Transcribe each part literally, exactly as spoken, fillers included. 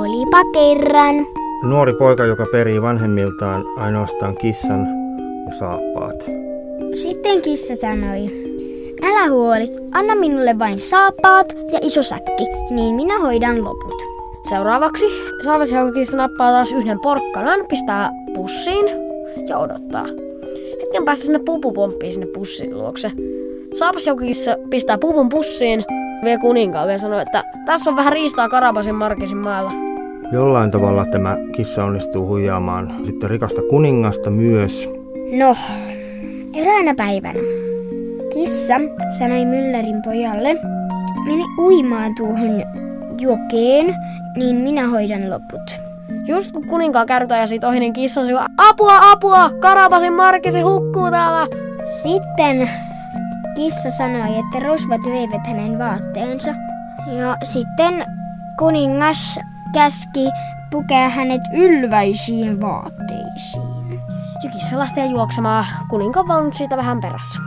Olipa kerran. Nuori poika, joka perii vanhemmiltaan ainoastaan kissan ja saappaat. Sitten kissa sanoi, älä huoli, anna minulle vain saappaat ja iso säkki, niin minä hoidan loput. Seuraavaksi saapasjalkakissa nappaa taas yhden porkkanan, pistää pussiin ja odottaa. Hetken päästä sinne pupu pomppii sinne pussin luokse. Saapasjalkakissa pistää pupun pussiin, vie kuninkaalle ja sanoo, että tässä on vähän riistaa Karabasin Markesin maalla. Jollain tavalla tämä kissa onnistuu huijaamaan sitten rikasta kuningasta myös. No, eräänä päivänä kissa sanoi myllärin pojalle, mene uimaan tuohon jokeen, niin minä hoidan loput. Just kun kuninkaan kärryt ajaa siitä ohi, niin kissa on apua, apua, Karabasin Markesi hukkuu täällä. Sitten kissa sanoi, että rosvat veivät hänen vaatteensa. Ja sitten kuningas käski pukea hänet ylväisiin vaatteisiin. Ja kissa lähtee juoksemaan, kuninkaan vaunut siitä vähän perässä.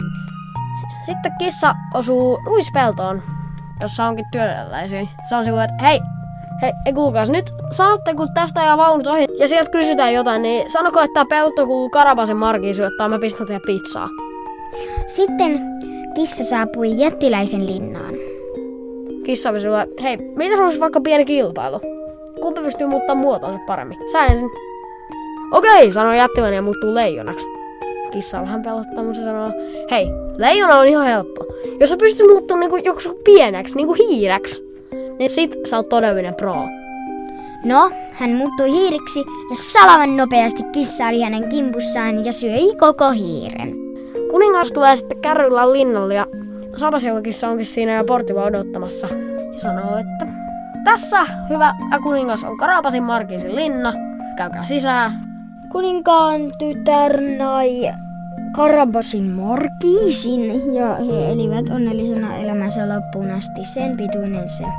Sitten kissa osuu ruispeltoon, jossa onkin työläisiä. Se on sillä, että hei, hei, ei kuulkaas, nyt saatte kun tästä ajaa vaunut ohi ja sieltä kysytään jotain, niin sanoko, että pelto kuuluu Karabasin Markiin syöttää, mä pistän teidän pizzaa. Sitten kissa saapui jättiläisen linnaan. Kissa oli sillä, hei, mitäs olisi vaikka pieni kilpailu? Kumpi pystyy muuttamaan muotoonsa paremmin? Sä ensin. Okei, sanoi jättiläinen ja muuttuu leijonaksi. Kissa on vähän pelottaa, mutta se sanoo, hei, leijona on ihan helppo. Jos sä pystyt muuttumaan niinku joku pieneksi, niinku hiireksi, niin sit sä oot todellinen pro. No, hän muuttui hiireksi ja salaman nopeasti kissa oli hänen kimpussaan ja syöi koko hiiren. Kuningas tulee sitten kärryllä linnalle ja saapasjalkakissa onkin siinä jo portilla odottamassa. Ja sanoo, että tässä hyvä kuningas on Karabasin Markisin linna, käykää sisään. Kuninkaan tytär nai Karabasin Markisin ja he elivät onnellisena elämänsä loppuun asti, sen pituinen se.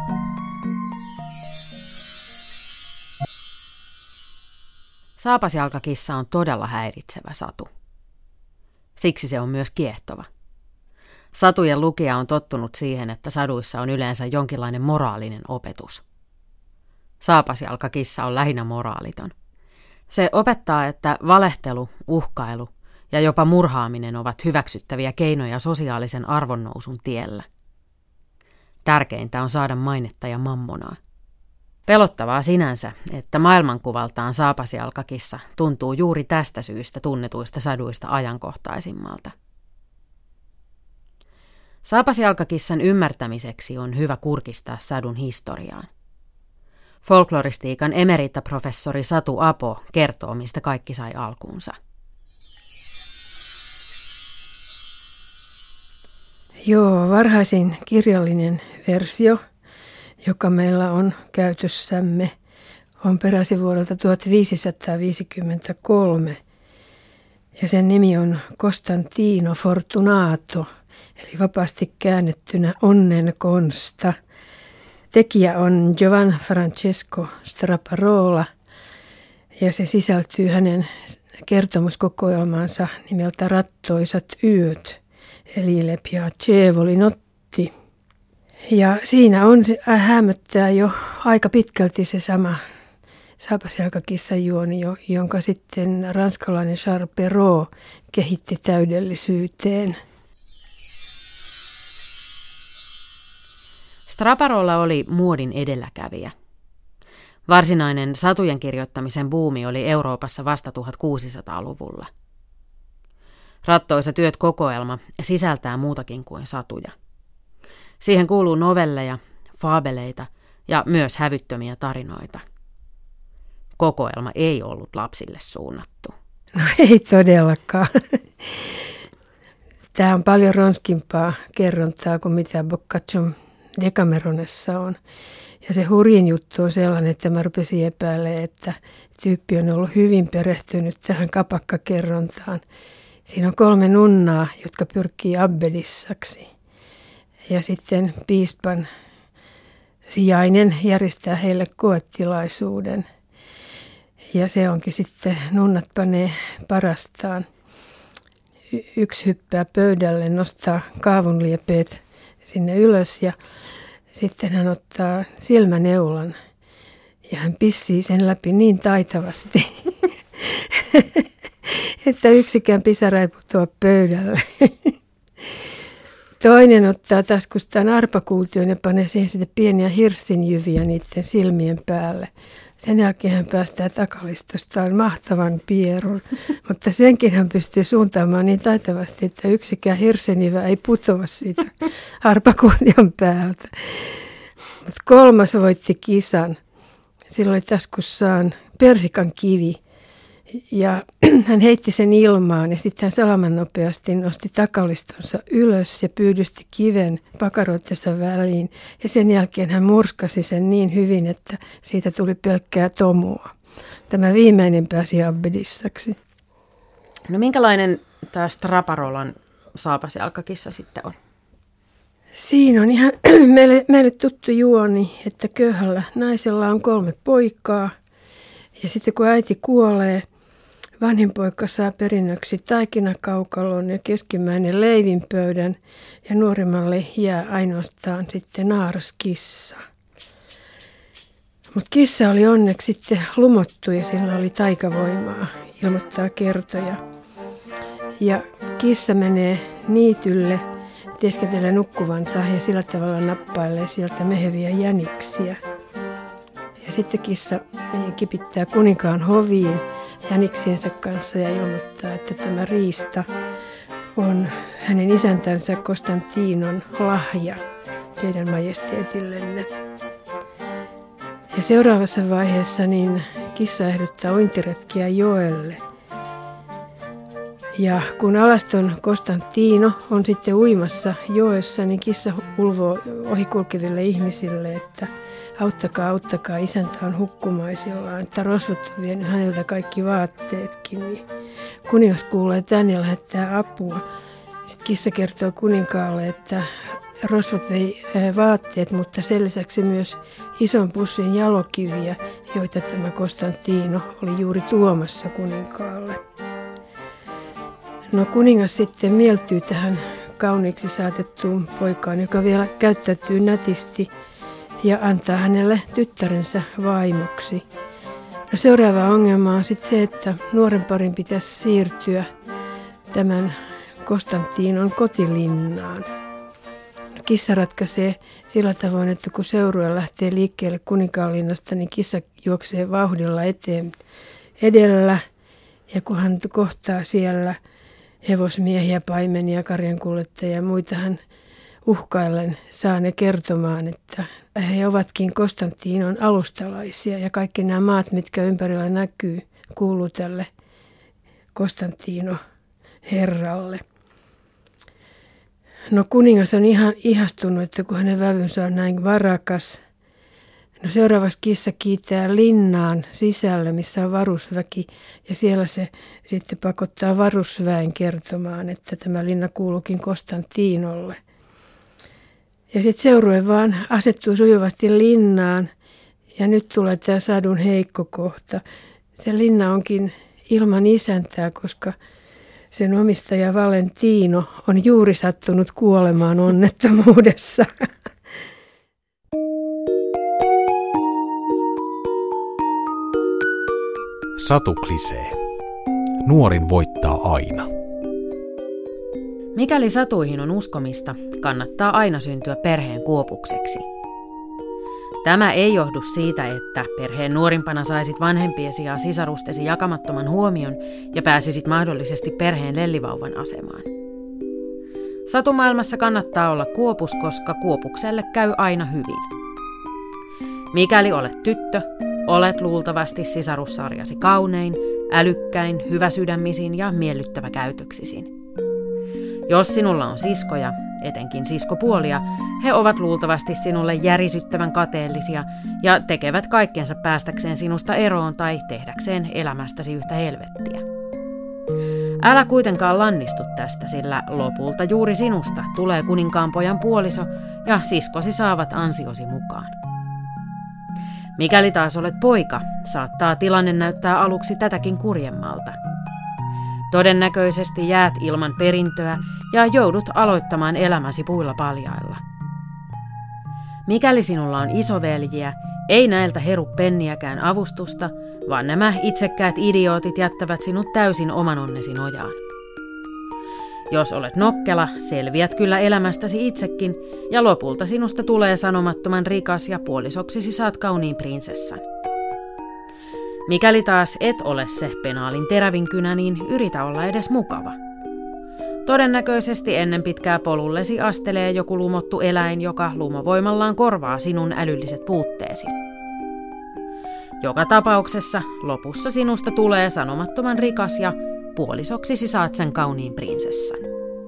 Saapasjalkakissa on todella häiritsevä satu. Siksi se on myös kiehtova. Satujen lukija on tottunut siihen, että saduissa on yleensä jonkinlainen moraalinen opetus. Saapasjalkakissa on lähinnä moraaliton. Se opettaa, että valehtelu, uhkailu ja jopa murhaaminen ovat hyväksyttäviä keinoja sosiaalisen arvonnousun tiellä. Tärkeintä on saada mainetta ja mammonaa. Pelottavaa sinänsä, että maailmankuvaltaan saapasjalkakissa tuntuu juuri tästä syystä tunnetuista saduista ajankohtaisimmalta. Saapasjalkakissan ymmärtämiseksi on hyvä kurkistaa sadun historiaan. Folkloristiikan emeritaprofessori Satu Apo kertoo, mistä kaikki sai alkuunsa. Joo, varhaisin kirjallinen versio, joka meillä on käytössämme, on peräisin vuodelta tuhatviisisataaviisikymmentäkolme ja sen nimi on Costantino Fortunato, eli vapaasti käännettynä Onnen konsta. Tekijä on Giovan Francesco Straparola ja se sisältyy hänen kertomuskokoelmaansa nimeltä Rattoisat yöt, eli Le Piacevoli notti. Ja siinä on häämöttää jo aika pitkälti se sama saapasjalkakissan juoni, jonka sitten ranskalainen Charles Perrault kehitti täydellisyyteen. Straparola oli muodin edelläkävijä. Varsinainen satujen kirjoittamisen buumi oli Euroopassa vasta tuhatkuusisataaluvulla. Rattoisa työt kokoelma sisältää muutakin kuin satuja. Siihen kuuluu novelleja, faabeleita ja myös hävyttömiä tarinoita. Kokoelma ei ollut lapsille suunnattu. No ei todellakaan. Tämä on paljon ronskimpaa kerrontaa kuin mitä Boccaccion Decameronessa on. Ja se hurjin juttu on sellainen, että mä rupesin epäilemään, että tyyppi on ollut hyvin perehtynyt tähän kapakkakerrontaan. Siinä on kolme nunnaa, jotka pyrkii abbedissaksi. Ja sitten piispan sijainen järjestää heille koetilaisuuden. Ja se onkin sitten, nunnat panee parastaan. Y- yksi hyppää pöydälle, nostaa kaavunliepeet sinne ylös ja sitten hän ottaa silmäneulan Ja hän pissii sen läpi niin taitavasti, että yksikään pisara ei putoa pöydälle. Toinen ottaa taskustaan arpakuution ja panee siihen sitten pieniä hirssinjyviä niiden silmien päälle. Sen jälkeen hän päästää takalistostaan mahtavan pierun, mutta senkin hän pystyy suuntaamaan niin taitavasti, että yksikään hirsinjyvä ei putoa siitä arpakuution päältä. Mutta kolmas voitti kisan. Sillä oli taskussaan persikan kivi ja hän heitti sen ilmaan ja sitten hän salaman nopeasti nosti takalistonsa ylös ja pyydysti kiven pakaroittensa väliin. Ja sen jälkeen hän murskasi sen niin hyvin, että siitä tuli pelkkää tomua. Tämä viimeinen pääsi abbedissaksi. No minkälainen tämä Straparolan saapasjalkakissa sitten on? Siinä on ihan meille, meille tuttu juoni, että köyhällä naisella on kolme poikaa. Ja sitten kun äiti kuolee, vanhin poika saa perinnöksi taikinakaukalon ja keskimmäinen leivinpöydän. Ja nuorimmalle jää ainoastaan sitten naaras kissa. Mutta kissa oli onneksi sitten lumottu ja sillä oli taikavoimaa, ilmoittaa kertoja. Ja kissa menee niitylle. Teeskentelee nukkuvansa ja sillä tavalla nappailee sieltä meheviä jäniksiä. Ja sitten kissa kipittää kuninkaan hoviin jäniksiensä kanssa ja ilmoittaa, että tämä riista on hänen isäntänsä Konstantinon lahja teidän majesteetillenne. Ja seuraavassa vaiheessa niin kissa ehdottaa uintiretkiä joelle. Ja kun alaston Konstantino on sitten uimassa joessa, niin kissa ulvoo ohikulkeville ihmisille, että auttakaa, auttakaa, isäntä on hukkumaisillaan, että rosvot on vienyt häneltä kaikki vaatteetkin. Niin kuningas kuulee tän ja lähettää apua. Sitten kissa kertoo kuninkaalle, että rosvot vei vaatteet, mutta sen lisäksi myös ison pussin jalokiviä, joita tämä Konstantino oli juuri tuomassa kuninkaalle. No kuningas sitten mieltyy tähän kauniiksi saatettuun poikaan, joka vielä käyttäytyy nätisti ja antaa hänelle tyttärensä vaimoksi. No seuraava ongelma on sitten se, että nuoren parin pitäisi siirtyä tämän Konstantinon kotilinnaan. No kissa ratkaisee sillä tavoin, että kun seurue lähtee liikkeelle kuninkaanlinnasta, niin kissa juoksee vauhdilla eteen edellä ja kun hän kohtaa siellä hevosmiehiä, paimenia, karjankuljettajia ja muita hän uhkaillen saa ne kertomaan, että he ovatkin Konstantinon alustalaisia ja kaikki nämä maat, mitkä ympärillä näkyy, kuuluu tälle Konstantino herralle. No kuningas on ihan ihastunut, että kun hänen vävynsä on näin varakas. No seuraavaksi kissa kiitää linnaan sisälle, missä on varusväki, ja siellä se sitten pakottaa varusväen kertomaan, että tämä linna kuuluukin Konstantinolle. Ja sitten seurue vaan asettuu sujuvasti linnaan, ja nyt tulee tämä sadun heikko kohta. Se linna onkin ilman isäntää, koska sen omistaja Valentino on juuri sattunut kuolemaan onnettomuudessa. Satuklisee. Nuorin voittaa aina. Mikäli satuihin on uskomista, kannattaa aina syntyä perheen kuopukseksi. Tämä ei johdu siitä, että perheen nuorimpana saisit vanhempiesi ja sisarustesi jakamattoman huomion ja pääsisit mahdollisesti perheen lellivauvan asemaan. Satumaailmassa kannattaa olla kuopus, koska kuopukselle käy aina hyvin. Mikäli olet tyttö, olet luultavasti sisarussarjasi kaunein, älykkäin, hyväsydämisin ja miellyttävä käytöksisin. Jos sinulla on siskoja, etenkin siskopuolia, he ovat luultavasti sinulle järisyttävän kateellisia ja tekevät kaikkensa päästäkseen sinusta eroon tai tehdäkseen elämästäsi yhtä helvettiä. Älä kuitenkaan lannistu tästä, sillä lopulta juuri sinusta tulee kuninkaanpojan puoliso ja siskosi saavat ansiosi mukaan. Mikäli taas olet poika, saattaa tilanne näyttää aluksi tätäkin kurjemmalta. Todennäköisesti jäät ilman perintöä ja joudut aloittamaan elämäsi puilla paljailla. Mikäli sinulla on isoveljiä, Ei näiltä heru penniäkään avustusta, vaan nämä itsekkäät idiootit jättävät sinut täysin oman onnesi nojaan. Jos olet nokkela, selviät kyllä elämästäsi itsekin, ja lopulta sinusta tulee sanomattoman rikas ja puolisoksisi saat kauniin prinsessan. Mikäli taas et ole se penaalin terävin kynä, niin yritä olla edes mukava. Todennäköisesti ennen pitkää polullesi astelee joku lumottu eläin, joka lumovoimallaan korvaa sinun älylliset puutteesi. Joka tapauksessa lopussa sinusta tulee sanomattoman rikas ja puolisoksisi saat sen kauniin prinsessan.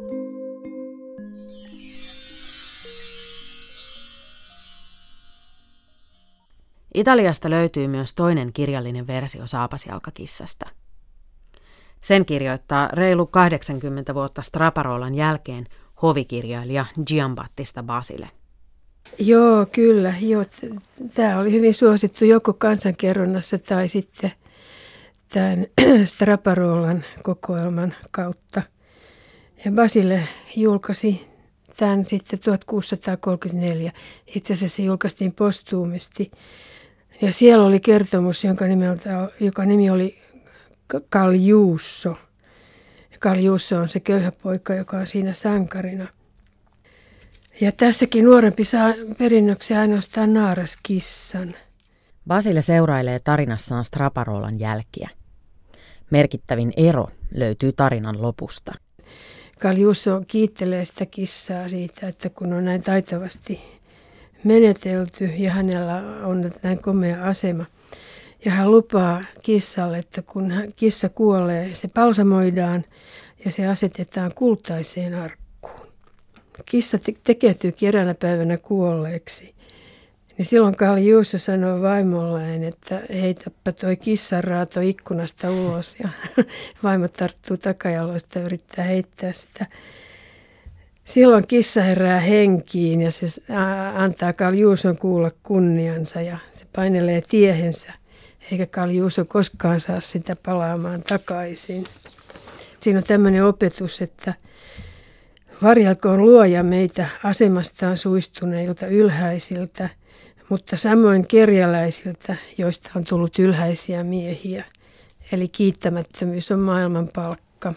Italiasta löytyy myös toinen kirjallinen versio Saapasjalkakissasta. Sen kirjoittaa reilu kahdeksankymmentä vuotta Straparolan jälkeen hovikirjailija Giambattista Basile. Joo, kyllä. Joo. Tämä oli hyvin suosittu joko kansankerronnassa tai sitten tämän Straparolan kokoelman kautta. Ja Basile julkaisi tämän sitten tuhatkuusisataakolmekymmentäneljä. Itse asiassa se julkaistiin postuumisti. Ja siellä oli kertomus, jonka, nimeltä, joka nimi oli Cagliuso. Cagliuso on se köyhä poika, joka on siinä sankarina. Ja tässäkin nuorempi saa perinnöksi ainoastaan naaraskissan. Basile seurailee tarinassaan Straparolan jälkiä. Merkittävin ero löytyy tarinan lopusta. Cagliuso kiittelee sitä kissaa siitä, että kun on näin taitavasti menetelty ja hänellä on näin komea asema. Ja hän lupaa kissalle, että kun kissa kuolee, se balsamoidaan ja se asetetaan kultaiseen arkkuun. Kissa te- tekeytyykin eräänä päivänä kuolleeksi. Niin silloin Cagliuso sanoo vaimolleen, että heitäpä toi kissanraato ikkunasta ulos. Ja vaimo tarttuu takajaloista ja yrittää heittää sitä. Silloin kissa herää henkiin ja se antaa Cagliuson kuulla kunniansa ja se painelee tiehensä. Eikä Cagliuso koskaan saa sitä palaamaan takaisin. Siinä on tämmöinen opetus, että varjelkoon luoja meitä asemastaan suistuneilta ylhäisiltä, mutta samoin kerjäläisiltä, joista on tullut ylhäisiä miehiä. Eli kiittämättömyys on maailman palkka.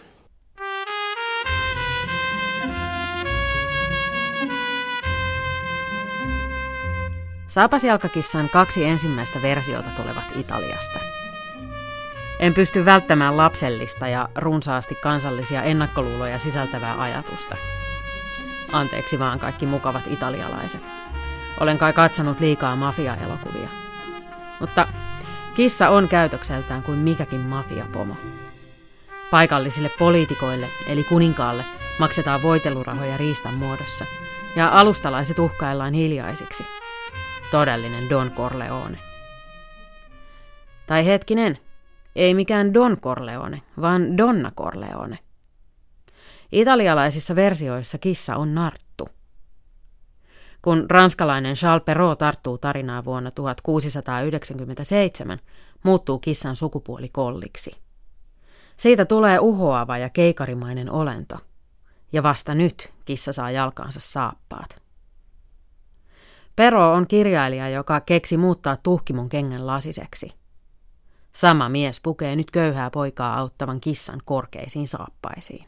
Saapasjalkakissan kaksi ensimmäistä versiota tulevat Italiasta. En pysty välttämään lapsellista ja runsaasti kansallisia ennakkoluuloja sisältävää ajatusta. Anteeksi vaan kaikki mukavat italialaiset. Olen kai katsonut liikaa mafia-elokuvia. Mutta kissa on käytökseltään kuin mikäkin mafiapomo. Paikallisille poliitikoille, eli kuninkaalle, maksetaan voitelurahoja riistan muodossa, ja alustalaiset uhkaillaan hiljaisiksi. Todellinen Don Corleone. Tai hetkinen, ei mikään Don Corleone, vaan Donna Corleone. Italialaisissa versioissa kissa on narttu. Kun ranskalainen Charles Perrault tarttuu tarinaa vuonna tuhatkuusisataayhdeksänkymmentäseitsemän, muuttuu kissan sukupuoli kolliksi. Siitä tulee uhoava ja keikarimainen olento, ja vasta nyt kissa saa jalkaansa saappaat. Perrault on kirjailija, joka keksi muuttaa tuhkimon kengän lasiseksi. Sama mies pukee nyt köyhää poikaa auttavan kissan korkeisiin saappaisiin.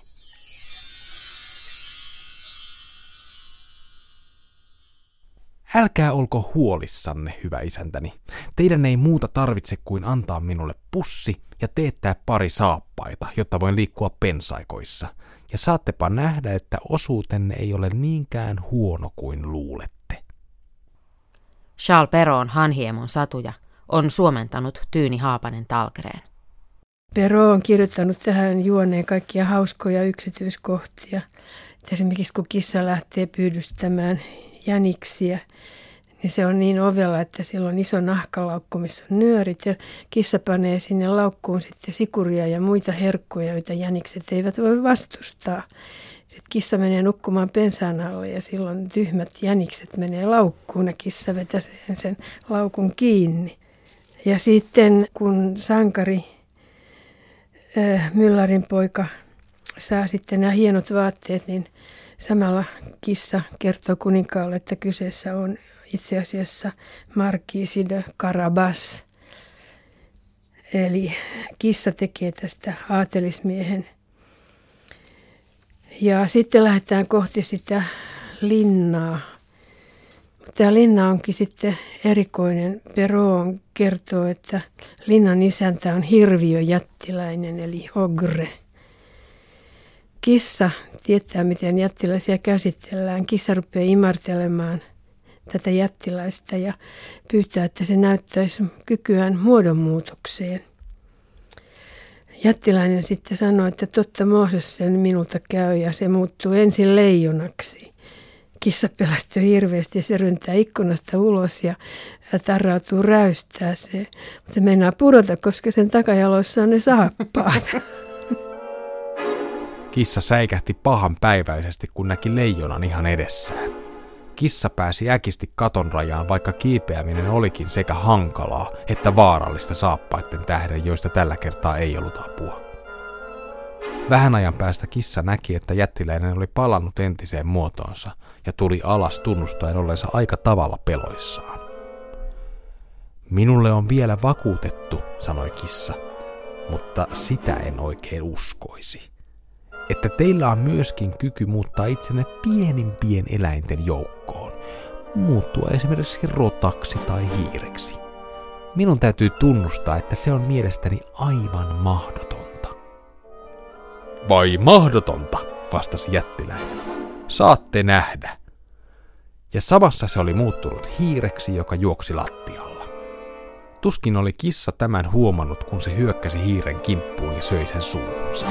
Älkää olko huolissanne, hyvä isäntäni. Teidän ei muuta tarvitse kuin antaa minulle pussi ja teettää pari saappaita, jotta voin liikkua pensaikoissa. Ja saattepa nähdä, että osuutenne ei ole niinkään huono kuin luulette. Charles Perraultin Hanhiemon satuja on suomentanut Tyyni Haapanen Talkreen. Perrault on kirjoittanut tähän juoneen kaikkia hauskoja yksityiskohtia. Esimerkiksi kun kissa lähtee pyydystämään jäniksiä, niin se on niin ovella, että sillä on iso nahkalaukku, missä on nyörit. Ja kissa panee sinne laukkuun sitten sikuria ja muita herkkuja, joita jänikset eivät voi vastustaa. Sitten kissa menee nukkumaan pensaan alle ja silloin tyhmät jänikset menee laukkuun ja kissa vetää sen laukun kiinni. Ja sitten kun sankari äh, Myllärin poika saa sitten nämä hienot vaatteet, niin samalla kissa kertoo kuninkaalle, että kyseessä on itse asiassa Marquis de Carabas. Eli kissa tekee tästä aatelismiehen. Ja sitten lähdetään kohti sitä linnaa. Tämä linna onkin sitten erikoinen. Perrault kertoo, että linnan isäntä on hirviö jättiläinen, eli ogre. Kissa tietää, miten jättiläisiä käsitellään. Kissa rupeaa imartelemaan tätä jättiläistä ja pyytää, että se näyttäisi kykyään muodonmuutokseen. Jättiläinen sitten sanoo, että totta Mooses sen minulta käy, ja se muuttuu ensin leijonaksi. Kissa pelästyy hirveästi ja se ryntää ikkunasta ulos ja tarrautuu räystää se. Mutta se meinaa pudota, koska sen takajaloissa on ne saappaat. Kissa säikähti pahan päiväisesti, kun näki leijonan ihan edessään. Kissa pääsi äkisti katon rajaan, vaikka kiipeäminen olikin sekä hankalaa että vaarallista saappaiden tähden, joista tällä kertaa ei ollut apua. Vähän ajan päästä kissa näki, että jättiläinen oli palannut entiseen muotoonsa ja tuli alas tunnustaen olleensa aika tavalla peloissaan. Minulle on vielä vakuutettu, sanoi kissa, mutta sitä en oikein uskoisi. Että teillä on myöskin kyky muuttaa itsenne pienimpien eläinten joukkoon, muuttua esimerkiksi rotaksi tai hiireksi. Minun täytyy tunnustaa, että se on mielestäni aivan mahdotonta. Vai mahdotonta, vastasi jättiläinen. Saatte nähdä. Ja samassa se oli muuttunut hiireksi, joka juoksi lattialla. Tuskin oli kissa tämän huomannut, kun se hyökkäsi hiiren kimppuun ja söi sen suuhunsa.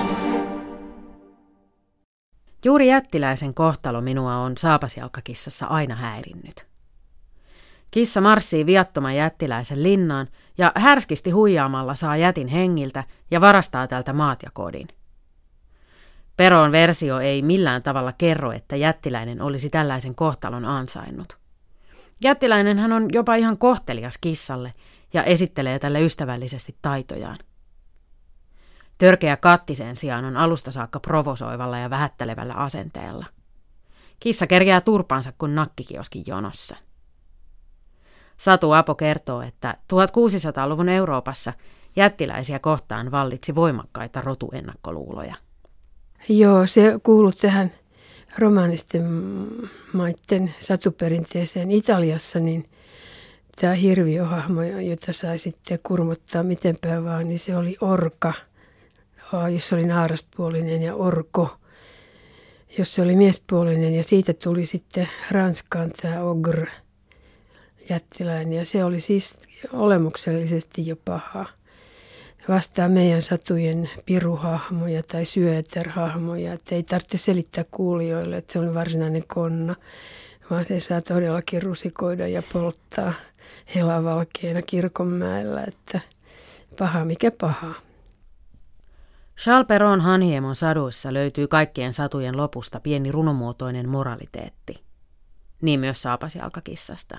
Juuri jättiläisen kohtalo minua on saapasjalkakissassa aina häirinnyt. Kissa marssii viattoman jättiläisen linnaan ja härskisti huijaamalla saa jätin hengiltä ja varastaa tältä maat ja kodin. Perraultin versio ei millään tavalla kerro, että jättiläinen olisi tällaisen kohtalon ansainnut. Jättiläinenhän on jopa ihan kohtelias kissalle ja esittelee tälle ystävällisesti taitojaan. Törkeä katti sen sijaan on alusta saakka provosoivalla ja vähättelevällä asenteella. Kissa kerjää turpaansa kuin nakkikioskin jonossa. Satu Apo kertoo, että tuhatkuusisataaluvun Euroopassa jättiläisiä kohtaan vallitsi voimakkaita rotuennakkoluuloja. Joo, se kuuluu tähän romaanisten maiden satuperinteeseen. Italiassa, niin tämä hirviöhahmo, jota sai sitten kurmottaa mitenpä vaan, niin se oli orka, jos oli naaraspuolinen, ja orko, jos se oli miespuolinen. Ja siitä tuli sitten Ranskaan tämä ogre, jättiläinen, ja se oli siis olemuksellisesti jo paha. Vastaa meidän satujen piruhahmoja tai syöterhahmoja, että ei tarvitse selittää kuulijoille, että se on varsinainen konna, vaan se saa todellakin rusikoida ja polttaa helavalkeena kirkonmäellä, että paha mikä paha. Charles Perraultin Hanhiemon saduissa löytyy kaikkien satujen lopusta pieni runomuotoinen moraliteetti. Niin myös saapasjalkakissasta.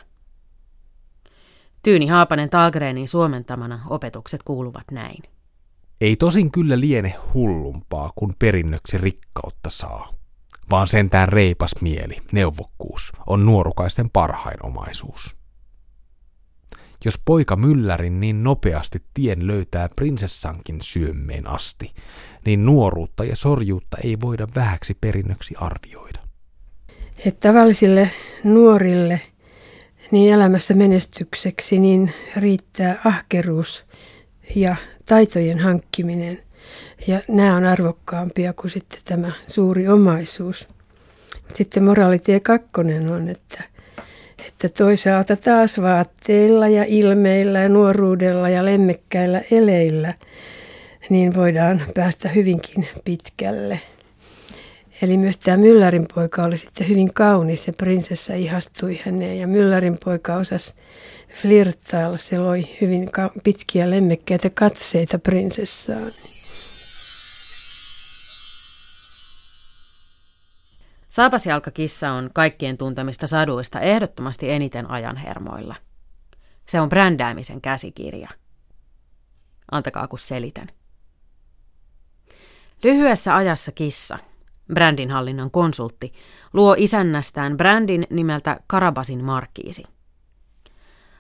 Tyyni Haapanen Tallgrenin suomentamana opetukset kuuluvat näin. Ei tosin kyllä liene hullumpaa, kun perinnöksi rikkautta saa, vaan sentään reipas mieli, neuvokkuus, on nuorukaisten parhain omaisuus. Jos poika myllärin niin nopeasti tien löytää prinsessankin syömmeen asti, niin nuoruutta ja sorjuutta ei voida vähäksi perinnöksi arvioida. Että tavallisille nuorille niin elämässä menestykseksi niin riittää ahkeruus ja taitojen hankkiminen. Ja nämä on arvokkaampia kuin sitten tämä suuri omaisuus. Sitten moraalitie kakkonen on, että, että toisaalta taas vaatteilla ja ilmeillä ja nuoruudella ja lemmekkäillä eleillä niin voidaan päästä hyvinkin pitkälle. Eli myös tämä myllärin poika oli sitten hyvin kaunis ja prinsessa ihastui häneen. Ja myllärin poika osasi flirttailla, se loi hyvin pitkiä lemmekkäitä katseita prinsessaan. Saapasjalkakissa on kaikkien tuntemista saduista ehdottomasti eniten ajanhermoilla. Se on brändäämisen käsikirja. Antakaa kun selitän. Lyhyessä ajassa kissa, brändinhallinnan konsultti, luo isännästään brändin nimeltä Carabasin Markiisi.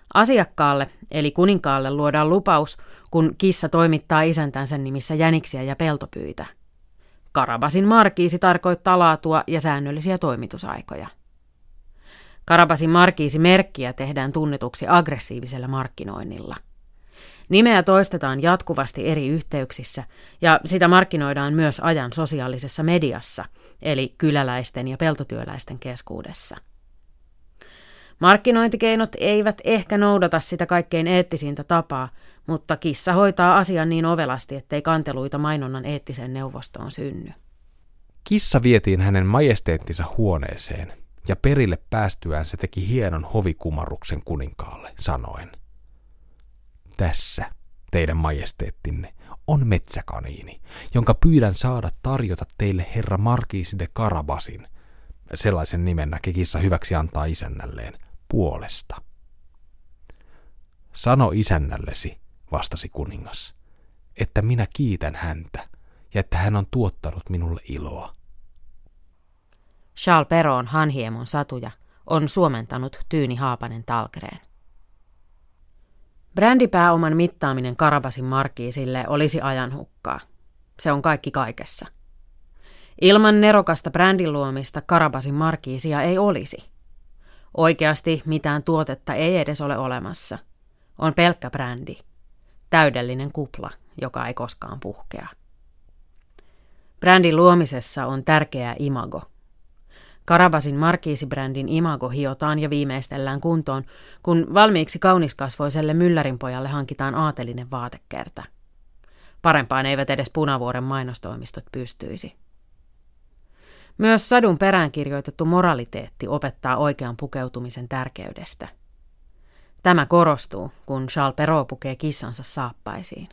Asiakkaalle, eli kuninkaalle, luodaan lupaus, kun kissa toimittaa isäntänsä nimissä jäniksiä ja peltopyitä. Karabasin markiisi tarkoittaa laatua ja säännöllisiä toimitusaikoja. Karabasin markiisi-merkkiä tehdään tunnetuksi aggressiivisella markkinoinnilla. Nimeä toistetaan jatkuvasti eri yhteyksissä ja sitä markkinoidaan myös ajan sosiaalisessa mediassa, eli kyläläisten ja peltotyöläisten keskuudessa. Markkinointikeinot eivät ehkä noudata sitä kaikkein eettisintä tapaa, mutta kissa hoitaa asian niin ovelasti, ettei kanteluita mainonnan eettiseen neuvostoon synny. Kissa vietiin hänen majesteettinsa huoneeseen, ja perille päästyään se teki hienon hovikumarruksen kuninkaalle, sanoen: "Tässä, teidän majesteettinne, on metsäkaniini, jonka pyydän saada tarjota teille herra Markiisi de Karabasin," sellaisen nimen näki kissa hyväksi antaa isännälleen, "puolesta." "Sano isännällesi," vastasi kuningas, "että minä kiitän häntä ja että hän on tuottanut minulle iloa." Charles Perraultin Hanhiemon satuja on suomentanut Tyyni Haapanen Tallgren. Brändipääoman mittaaminen Karabasin markiisille olisi ajanhukkaa. Se on kaikki kaikessa. Ilman nerokasta brändin luomista Karabasin markiisia ei olisi. Oikeasti mitään tuotetta ei edes ole olemassa. On pelkkä brändi. Täydellinen kupla, joka ei koskaan puhkea. Brändin luomisessa on tärkeää imago. Karabasin markiisibrändin imago hiotaan ja viimeistellään kuntoon, kun valmiiksi kauniskasvoiselle myllärinpojalle hankitaan aatelinen vaatekerta. Parempaan eivät edes Punavuoren mainostoimistot pystyisi. Myös sadun perään kirjoitettu moraliteetti opettaa oikean pukeutumisen tärkeydestä. Tämä korostuu, kun Charles Perrault pukee kissansa saappaisiin.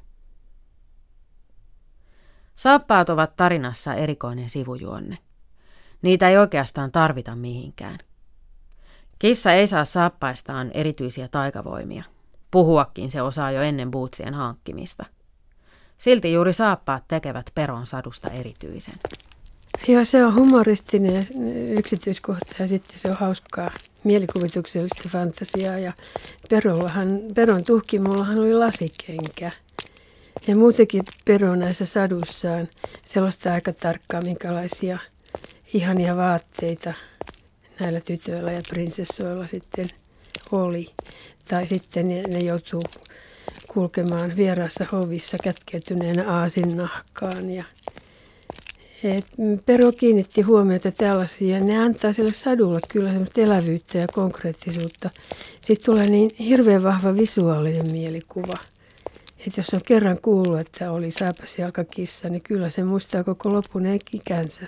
Saappaat ovat tarinassa erikoinen sivujuonne. Niitä ei oikeastaan tarvita mihinkään. Kissa ei saa saappaistaan erityisiä taikavoimia. Puhuakin se osaa jo ennen bootsien hankkimista. Silti juuri saappaat tekevät Perraultin sadusta erityisen. Joo, se on humoristinen yksityiskohta ja sitten se on hauskaa mielikuvituksellista fantasiaa. Ja Perraulthan, Perraultin tuhkimollahan oli lasikenkä. Ja muutenkin Perrault näissä saduissaan selostaa aika tarkkaan, minkälaisia ihania vaatteita näillä tytöillä ja prinsessoilla sitten oli. Tai sitten ne, ne joutuu kulkemaan vieraassa hovissa kätkeytyneenä aasinnahkaan. Ja Perrault kiinnitti huomiota tällaisia. Ne antaa sille sadulle kyllä semmoista elävyyttä ja konkreettisuutta. Sitten tulee niin hirveän vahva visuaalinen mielikuva. Että jos on kerran kuullut, että oli saapasjalkakissa, niin kyllä se muistaa koko lopun ikänsä.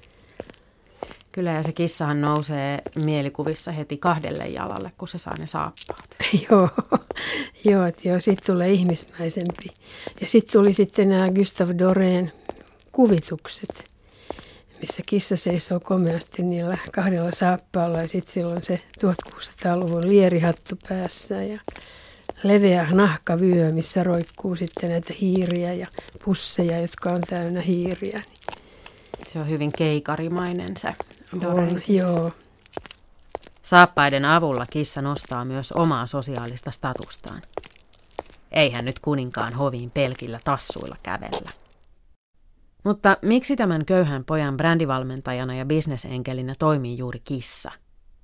Kyllä, ja se kissahan nousee mielikuvissa heti kahdelle jalalle, kun se saa ne saappaat. joo, joo, että joo, siitä tulee ihmismäisempi. Ja sitten tuli sitten nämä Gustave Dorén kuvitukset, missä kissa seisoo komeasti niillä kahdella saappaalla. Ja sitten silloin se tuhatkuusisataaluvun lierihattu päässä ja leveä nahkavyö, missä roikkuu sitten näitä hiiriä ja pusseja, jotka on täynnä hiiriä. Se on hyvin keikarimainen se on, joo. Saappaiden avulla kissa nostaa myös omaa sosiaalista statustaan. Eihän nyt kuninkaan hoviin pelkillä tassuilla kävellä. Mutta miksi tämän köyhän pojan brändivalmentajana ja bisnesenkelinä toimii juuri kissa?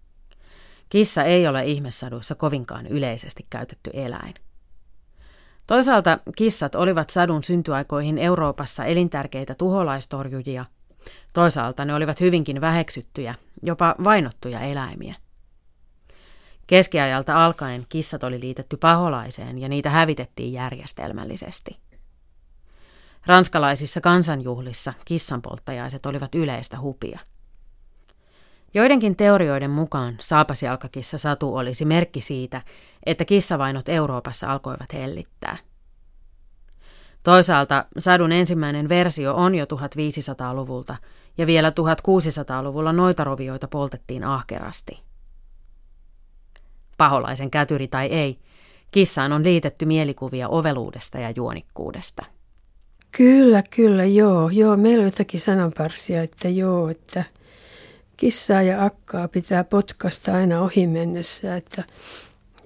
Kissa ei ole ihmesaduissa kovinkaan yleisesti käytetty eläin. Toisaalta kissat olivat sadun syntyaikoihin Euroopassa elintärkeitä tuholaistorjujia, toisaalta ne olivat hyvinkin väheksyttyjä, jopa vainottuja eläimiä. Keskiajalta alkaen kissat oli liitetty paholaiseen ja niitä hävitettiin järjestelmällisesti. Ranskalaisissa kansanjuhlissa kissanpolttajaiset olivat yleistä hupia. Joidenkin teorioiden mukaan saapasjalkakissa satu olisi merkki siitä, että kissavainot Euroopassa alkoivat hellittää. Toisaalta sadun ensimmäinen versio on jo tuhatviisisataaluvulta ja vielä tuhatkuusisataaluvulla noitarovioita poltettiin ahkerasti. Paholaisen kätyri tai ei, kissaan on liitetty mielikuvia oveluudesta ja juonikkuudesta. Kyllä, kyllä, joo. joo. Meillä on jotakin sananparsia, että joo, että kissaa ja akkaa pitää potkasta aina ohi mennessä, että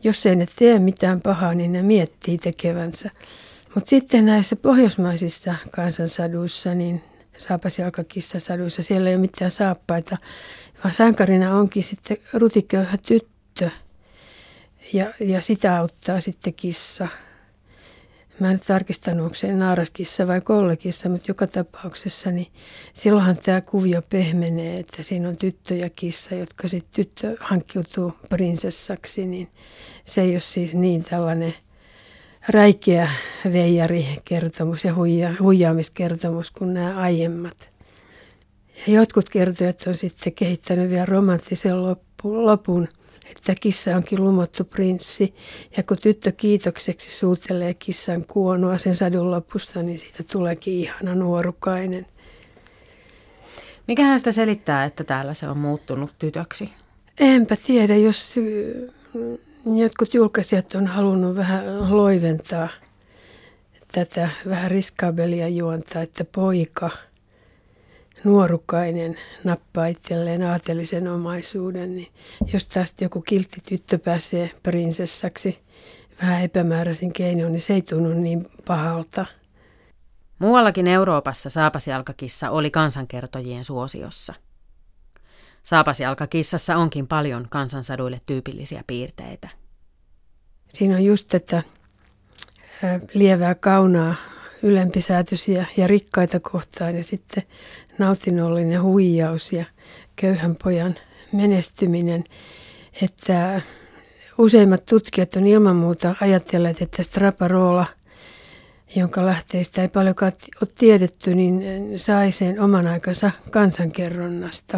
jos ei ne tee mitään pahaa, niin ne miettii tekevänsä. Mutta sitten näissä pohjoismaisissa kansansaduissa, niin saapasjalkakissasaduissa, siellä ei ole mitään saappaita, vaan sankarina onkin sitten rutiköyhä tyttö ja, ja sitä auttaa sitten kissa. Mä en nyt tarkistanut, onko se naaraskissa vai kollekissa, mutta joka tapauksessa niin silloinhan tämä kuvio pehmenee, että siinä on tyttö ja kissa, jotka sitten tyttö hankkiutuu prinsessaksi, niin se ei ole siis niin tällainen räikeä veijarikertomus ja huija, huijaamiskertomus kuin nämä aiemmat. Ja jotkut kertojat on sitten kehittänyt vielä romanttisen loppu, lopun, että kissa onkin lumottu prinssi, ja kun tyttö kiitokseksi suutelee kissan kuonoa sen sadun lopusta, niin siitä tuleekin ihana nuorukainen. Mikähän sitä selittää, että täällä se on muuttunut tytöksi? Enpä tiedä, jos jotkut julkaisijat on halunnut vähän loiventaa tätä vähän riskaabelia juonta, että poika, nuorukainen, nappaa itselleen aatelisen omaisuuden, niin jos tästä joku kiltti tyttö pääsee prinsessaksi vähän epämääräisin keinoin, niin se ei tunnu niin pahalta. Muuallakin Euroopassa saapasjalkakissa oli kansankertojien suosiossa. Saapasjalkakissassa onkin paljon kansansaduille tyypillisiä piirteitä. Siinä on just tätä lievää kaunaa, ylempisäätöisiä ja rikkaita kohtaan ja sitten nautinnollinen huijaus ja köyhän pojan menestyminen. Että useimmat tutkijat on ilman muuta ajatelleet, että Straparola, jonka lähteistä ei paljonkaan ole tiedetty, niin sai sen oman aikansa kansankerronnasta.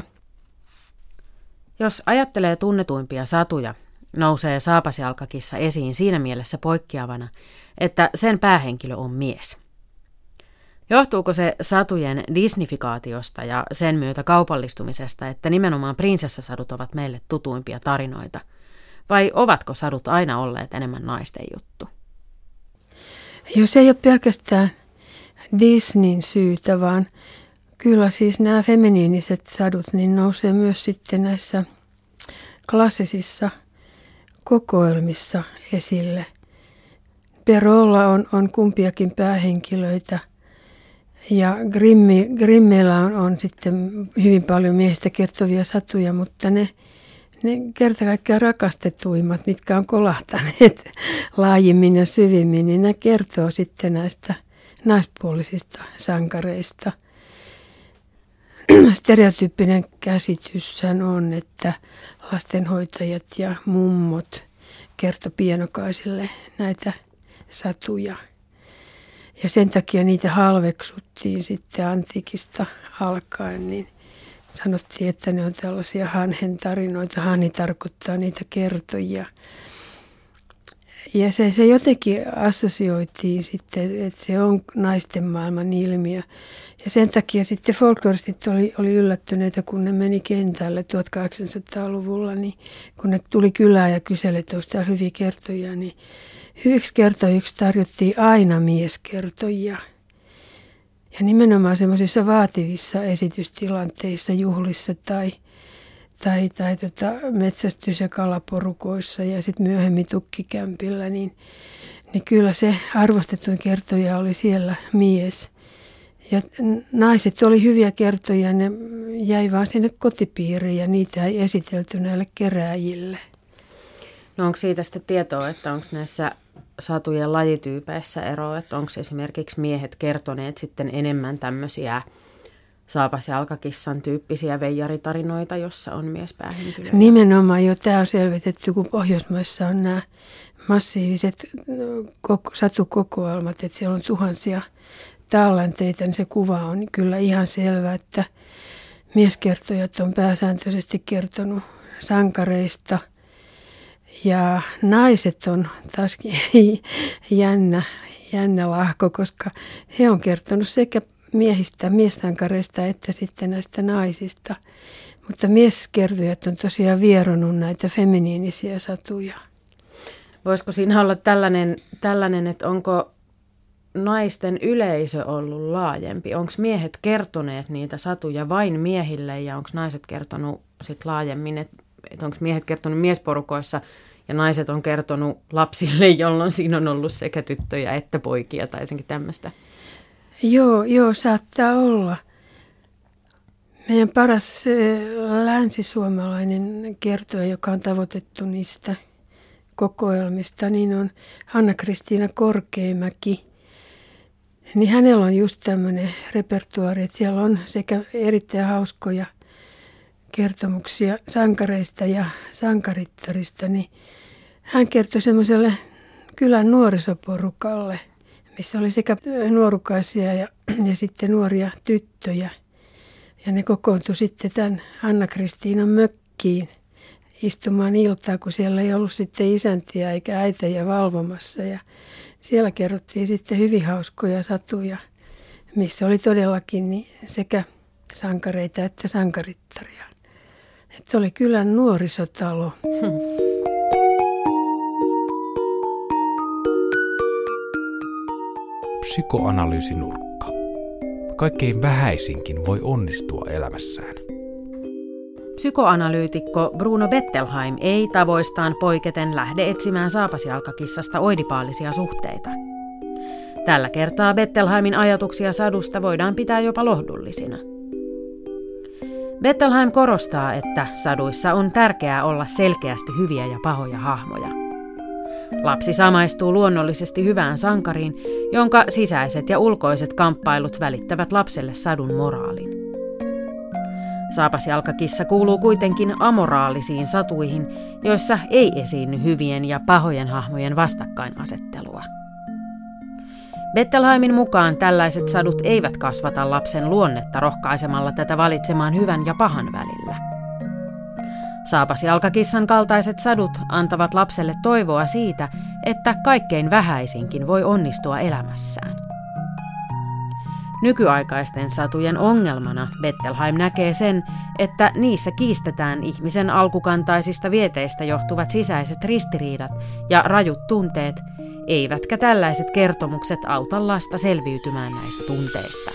Jos ajattelee tunnetuimpia satuja, nousee saapasjalkakissa esiin siinä mielessä poikkeavana, että sen päähenkilö on mies. Johtuuko se satujen disnifikaatiosta ja sen myötä kaupallistumisesta, että nimenomaan prinsessasadut ovat meille tutuimpia tarinoita, vai ovatko sadut aina olleet enemmän naisten juttu? Jos ei ole pelkästään Disneyn syytä, vaan kyllä siis nämä feminiiniset sadut niin nousee myös sitten näissä klassisissa kokoelmissa esille. Perolla on, on kumpiakin päähenkilöitä ja Grimmi, Grimmeillä on, on sitten hyvin paljon miehistä kertovia satuja, mutta ne, ne kerta kaikkiaan rakastetuimmat, mitkä on kolahtaneet laajimmin ja syvimmin, niin ne kertoo sitten näistä naispuolisista sankareista. Stereotyyppinen käsityshän on, että lastenhoitajat ja mummot kertoi pienokaisille näitä satuja. Ja sen takia niitä halveksuttiin sitten antiikista alkaen, niin sanottiin, että ne on tällaisia hanhen tarinoita. Hani tarkoittaa niitä kertojia. Ja se, se jotenkin assosioitiin sitten, että se on naisten maailman ilmiö. Ja sen takia sitten folkloristit oli, oli yllättyneitä, kun ne meni kentälle tuhatkahdeksansataaluvulla, niin kun ne tuli kylään ja kyseli, että onko täällä hyviä kertojia, niin hyviksi kertojiksi tarjottiin aina mieskertojia. Ja nimenomaan semmoisissa vaativissa esitystilanteissa, juhlissa tai, tai, tai tota metsästys- ja kalaporukoissa ja sitten myöhemmin tukkikämpillä, niin, niin kyllä se arvostetuin kertoja oli siellä mies. Ja naiset oli hyviä kertoja, ne jäi vaan sinne kotipiiriin ja niitä ei esitelty näille kerääjille. No onko siitä sitten tietoa, että onko näissä satujen lajityypeissä eroa, että onko esimerkiksi miehet kertoneet sitten enemmän tämmöisiä saapasjalkakissan tyyppisiä veijaritarinoita, jossa on miespäähenkilö? Nimenomaan jo tämä on selvitetty, kun Pohjoismaissa on nämä massiiviset satukokoelmat, että siellä on tuhansia tallenteita, niin se kuva on kyllä ihan selvä, että mieskertojat on pääsääntöisesti kertonut sankareista ja naiset on taas jännä, jännä lahko, koska he on kertonut sekä miehistä, miessankareista että sitten näistä naisista, mutta mieskertojat on tosiaan vieronut näitä feminiinisiä satuja. Voisiko siinä olla tällainen, tällainen että onko naisten yleisö ollut laajempi? Onko miehet kertoneet niitä satuja vain miehille ja onko naiset kertonut sit laajemmin, että et onko miehet kertonut miesporukoissa ja naiset on kertonut lapsille, jolloin siinä on ollut sekä tyttöjä että poikia tai jotenkin tämmöistä. Joo, joo, saattaa olla. Meidän paras länsisuomalainen kertoja, joka on tavoitettu niistä kokoelmista, niin on Hanna-Kristiina Korkeamäki. Niin hänellä on just tämmöinen repertuaari, että siellä on sekä erittäin hauskoja kertomuksia sankareista ja sankarittarista, niin hän kertoi semmoiselle kylän nuorisoporukalle, missä oli sekä nuorukaisia ja, ja sitten nuoria tyttöjä. Ja ne kokoontui sitten tämän Hanna-Kristiinan mökkiin istumaan iltaa, kun siellä ei ollut sitten isäntiä eikä äitejä valvomassa. Ja siellä kerrottiin sitten hyvin hauskoja satuja, missä oli todellakin niin sekä sankareita että sankarittaria. Että oli kylän nuorisotalo. Hmm. Psykoanalyysinurkka. Kaikkein vähäisinkin voi onnistua elämässään. Psykoanalyytikko Bruno Bettelheim ei tavoistaan poiketen lähde etsimään saapasjalkakissasta oidipaalisia suhteita. Tällä kertaa Bettelheimin ajatuksia sadusta voidaan pitää jopa lohdullisina. Bettelheim korostaa, että saduissa on tärkeää olla selkeästi hyviä ja pahoja hahmoja. Lapsi samaistuu luonnollisesti hyvään sankariin, jonka sisäiset ja ulkoiset kamppailut välittävät lapselle sadun moraalin. Saapasjalkakissa kuuluu kuitenkin amoraalisiin satuihin, joissa ei esiinny hyvien ja pahojen hahmojen vastakkainasettelua. Bettelheimin mukaan tällaiset sadut eivät kasvata lapsen luonnetta rohkaisemalla tätä valitsemaan hyvän ja pahan välillä. Saapasjalkakissan kaltaiset sadut antavat lapselle toivoa siitä, että kaikkein vähäisinkin voi onnistua elämässään. Nykyaikaisten satujen ongelmana Bettelheim näkee sen, että niissä kiistetään ihmisen alkukantaisista vieteistä johtuvat sisäiset ristiriidat ja rajut tunteet, eivätkä tällaiset kertomukset auta lasta selviytymään näistä tunteista.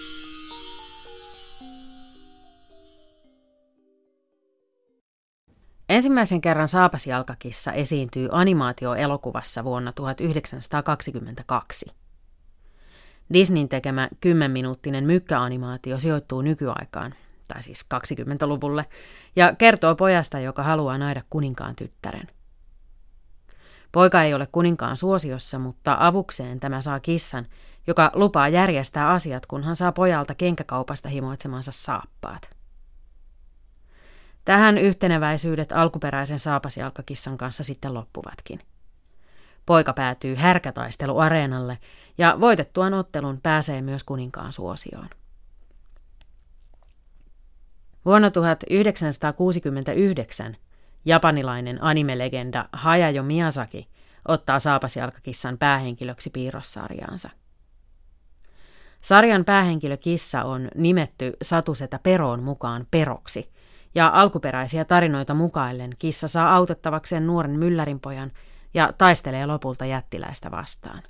Ensimmäisen kerran Saapasjalkakissa esiintyy animaatioelokuvassa vuonna tuhatyhdeksänsataakaksikymmentäkaksi. Disneyn tekemä kymmenminuuttinen mykkäanimaatio sijoittuu nykyaikaan, tai siis kaksikymmentäluvulle, ja kertoo pojasta, joka haluaa naida kuninkaan tyttären. Poika ei ole kuninkaan suosiossa, mutta avukseen tämä saa kissan, joka lupaa järjestää asiat, kun hän saa pojalta kenkäkaupasta himoitsemansa saappaat. Tähän yhteneväisyydet alkuperäisen saapasjalkakissan kanssa sitten loppuvatkin. Poika päätyy härkätaisteluareenalle ja voitettuaan ottelun pääsee myös kuninkaan suosioon. Vuonna tuhatyhdeksänsataakuusikymmentäyhdeksän japanilainen anime-legenda Hayao Miyazaki ottaa Saapasjalkakissan päähenkilöksi piirrossarjaansa. Sarjan päähenkilökissa on nimetty satusetä Peroon mukaan Peroksi, ja alkuperäisiä tarinoita mukaillen kissa saa autettavakseen nuoren myllärinpojan ja taistelee lopulta jättiläistä vastaan.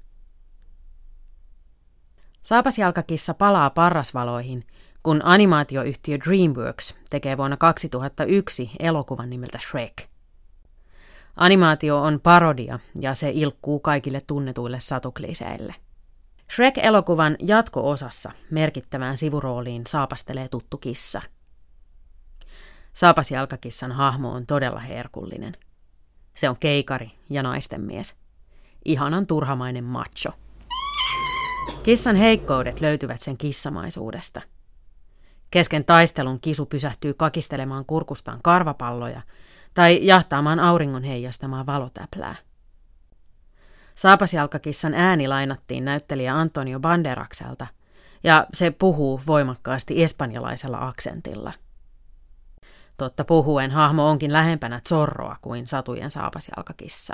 Saapasjalkakissa palaa parrasvaloihin, kun animaatioyhtiö DreamWorks tekee vuonna kaksituhattayksi elokuvan nimeltä Shrek. Animaatio on parodia ja se ilkkuu kaikille tunnetuille satukliseille. Shrek-elokuvan jatko-osassa merkittävään sivurooliin saapastelee tuttu kissa. Saapasjalkakissan hahmo on todella herkullinen. Se on keikari ja naistenmies. Ihanan turhamainen macho. Kissan heikkoudet löytyvät sen kissamaisuudesta. Kesken taistelun kisu pysähtyy kakistelemaan kurkustaan karvapalloja tai jahtaamaan auringon heijastamaa valotäplää. Saapasjalkakissan ääni lainattiin näyttelijä Antonio Banderakselta, ja se puhuu voimakkaasti espanjalaisella aksentilla. Totta puhuen hahmo onkin lähempänä Zorroa kuin satujen saapasjalkakissaa.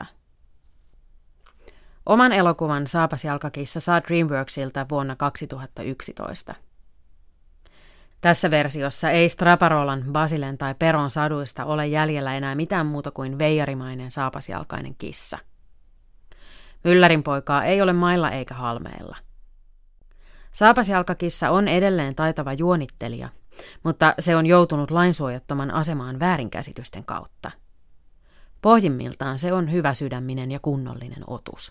Oman elokuvan Saapasjalkakissa saa DreamWorksilta vuonna kaksituhattayksitoista. Tässä versiossa ei Straparolan, Basilen tai Peron saduista ole jäljellä enää mitään muuta kuin veijarimainen saapasjalkainen kissa. Myllärinpoikaa ei ole mailla eikä halmeilla. Saapasjalkakissa on edelleen taitava juonittelija, mutta se on joutunut lainsuojattoman asemaan väärinkäsitysten kautta. Pohjimmiltaan se on hyvä sydäminen ja kunnollinen otus.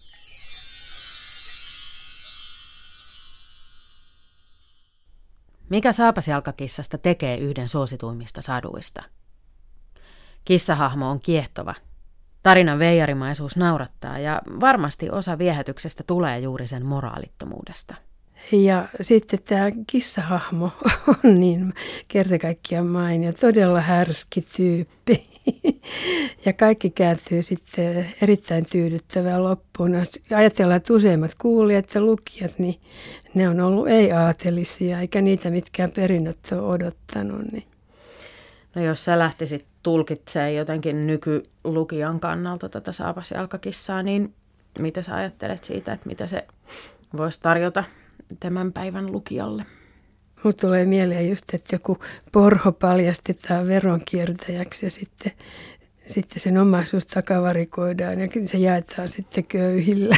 Mikä saapasjalkakissasta tekee yhden suosituimmista saduista? Kissahahmo on kiehtova. Tarinan veijarimaisuus naurattaa ja varmasti osa viehätyksestä tulee juuri sen moraalittomuudesta. Ja sitten tämä kissahahmo on niin kerta kaikkiaan mainio, todella härski tyyppi. Ja kaikki kääntyy sitten erittäin tyydyttävään loppuun. Ajatellaan, että useimmat kuulijat ja lukijat, niin ne on ollut ei-aatelisia, eikä niitä mitkään perinnöt ole odottanut. Niin. No jos sä lähtisit tulkitsemaan jotenkin nykylukijan kannalta tätä saapasjalkakissaa, niin mitä sä ajattelet siitä, että mitä se voisi tarjota tämän päivän lukijalle? Mut tulee mieleen just, että joku porho paljastetaan veronkiertäjäksi ja sitten, sitten sen omaisuus takavarikoidaan ja se jaetaan sitten köyhille.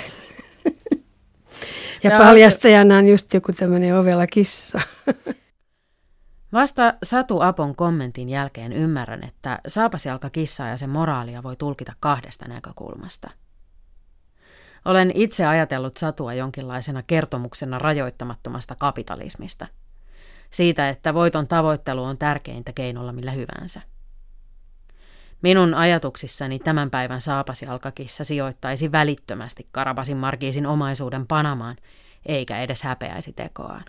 Ja Tämä paljastajana on just joku tämmöinen ovela kissa. Vasta Satu Apon kommentin jälkeen ymmärrän, että saapasjalkakissaa ja sen moraalia voi tulkita kahdesta näkökulmasta. Olen itse ajatellut Satua jonkinlaisena kertomuksena rajoittamattomasta kapitalismista. Siitä, että voiton tavoittelu on tärkeintä keinolla millä hyvänsä. Minun ajatuksissani tämän päivän saapasjalkakissa sijoittaisi välittömästi Karabasin Markiisin omaisuuden Panamaan, eikä edes häpeäisi tekoaan.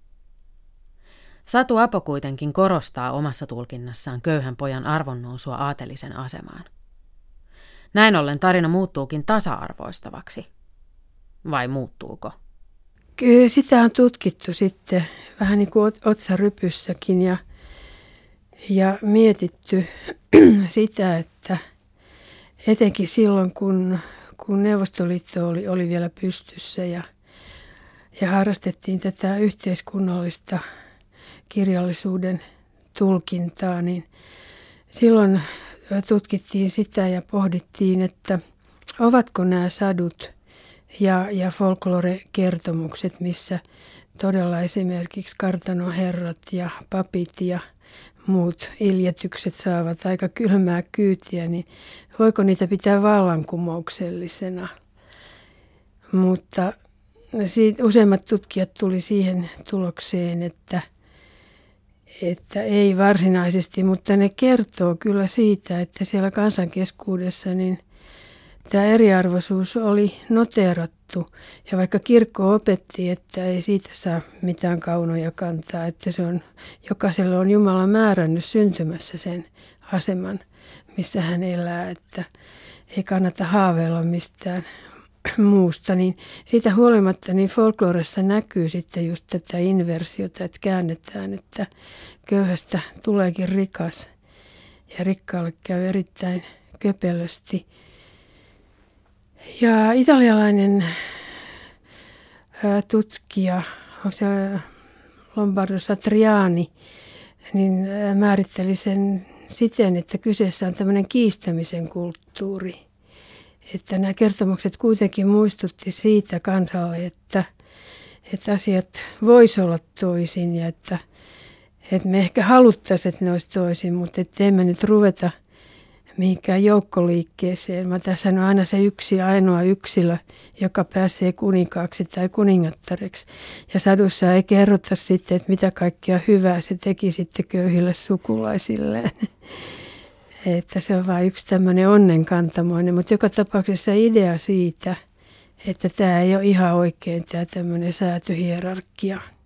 Satu Apo kuitenkin korostaa omassa tulkinnassaan köyhän pojan arvonnousua aatelisen asemaan. Näin ollen tarina muuttuukin tasa-arvoistavaksi. Vai muuttuuko? Kyllä sitä on tutkittu sitten vähän niin kuin otsarypyssäkin ja, ja mietitty sitä, että etenkin silloin kun, kun Neuvostoliitto oli, oli vielä pystyssä ja, ja harrastettiin tätä yhteiskunnallista kirjallisuuden tulkintaa, niin silloin tutkittiin sitä ja pohdittiin, että ovatko nämä sadut ja, ja folklore-kertomukset, missä todella esimerkiksi kartanoherrat ja papit ja muut iljetykset saavat aika kylmää kyytiä, niin voiko niitä pitää vallankumouksellisena? Mutta siitä useimmat tutkijat tuli siihen tulokseen, että Että ei varsinaisesti, mutta ne kertoo kyllä siitä, että siellä kansankeskuudessa niin tämä eriarvoisuus oli noteerattu. Ja vaikka kirkko opetti, että ei siitä saa mitään kaunoja kantaa, että se on, jokaiselle on Jumala määrännyt syntymässä sen aseman, missä hän elää, että ei kannata haaveilla mistään muusta, niin siitä huolimatta niin folkloressa näkyy sitten just tätä inversiota, että käännetään, että köyhästä tuleekin rikas ja rikkaalle käy erittäin köpelösti. Ja italialainen ää, tutkija, onko se Lombardo Satriani, niin ää, määritteli sen siten, että kyseessä on tämmöinen kiistämisen kulttuuri. Että nämä kertomukset kuitenkin muistutti siitä kansalle, että, että asiat voisi olla toisin ja että, että me ehkä haluttaisiin, että ne olisi toisin, mutta että emme nyt ruveta mihinkään joukkoliikkeeseen. Mä tässä on aina se yksi ainoa yksilö, joka pääsee kuninkaaksi tai kuningattareksi. Ja sadussa ei kerrota sitten, että mitä kaikkea hyvää se teki sitten köyhille sukulaisilleen. Että se on vain yksi tämmöinen onnenkantamoinen, mutta joka tapauksessa idea siitä, että tämä ei ole ihan oikein tämä tämmöinen säätyhierarkia.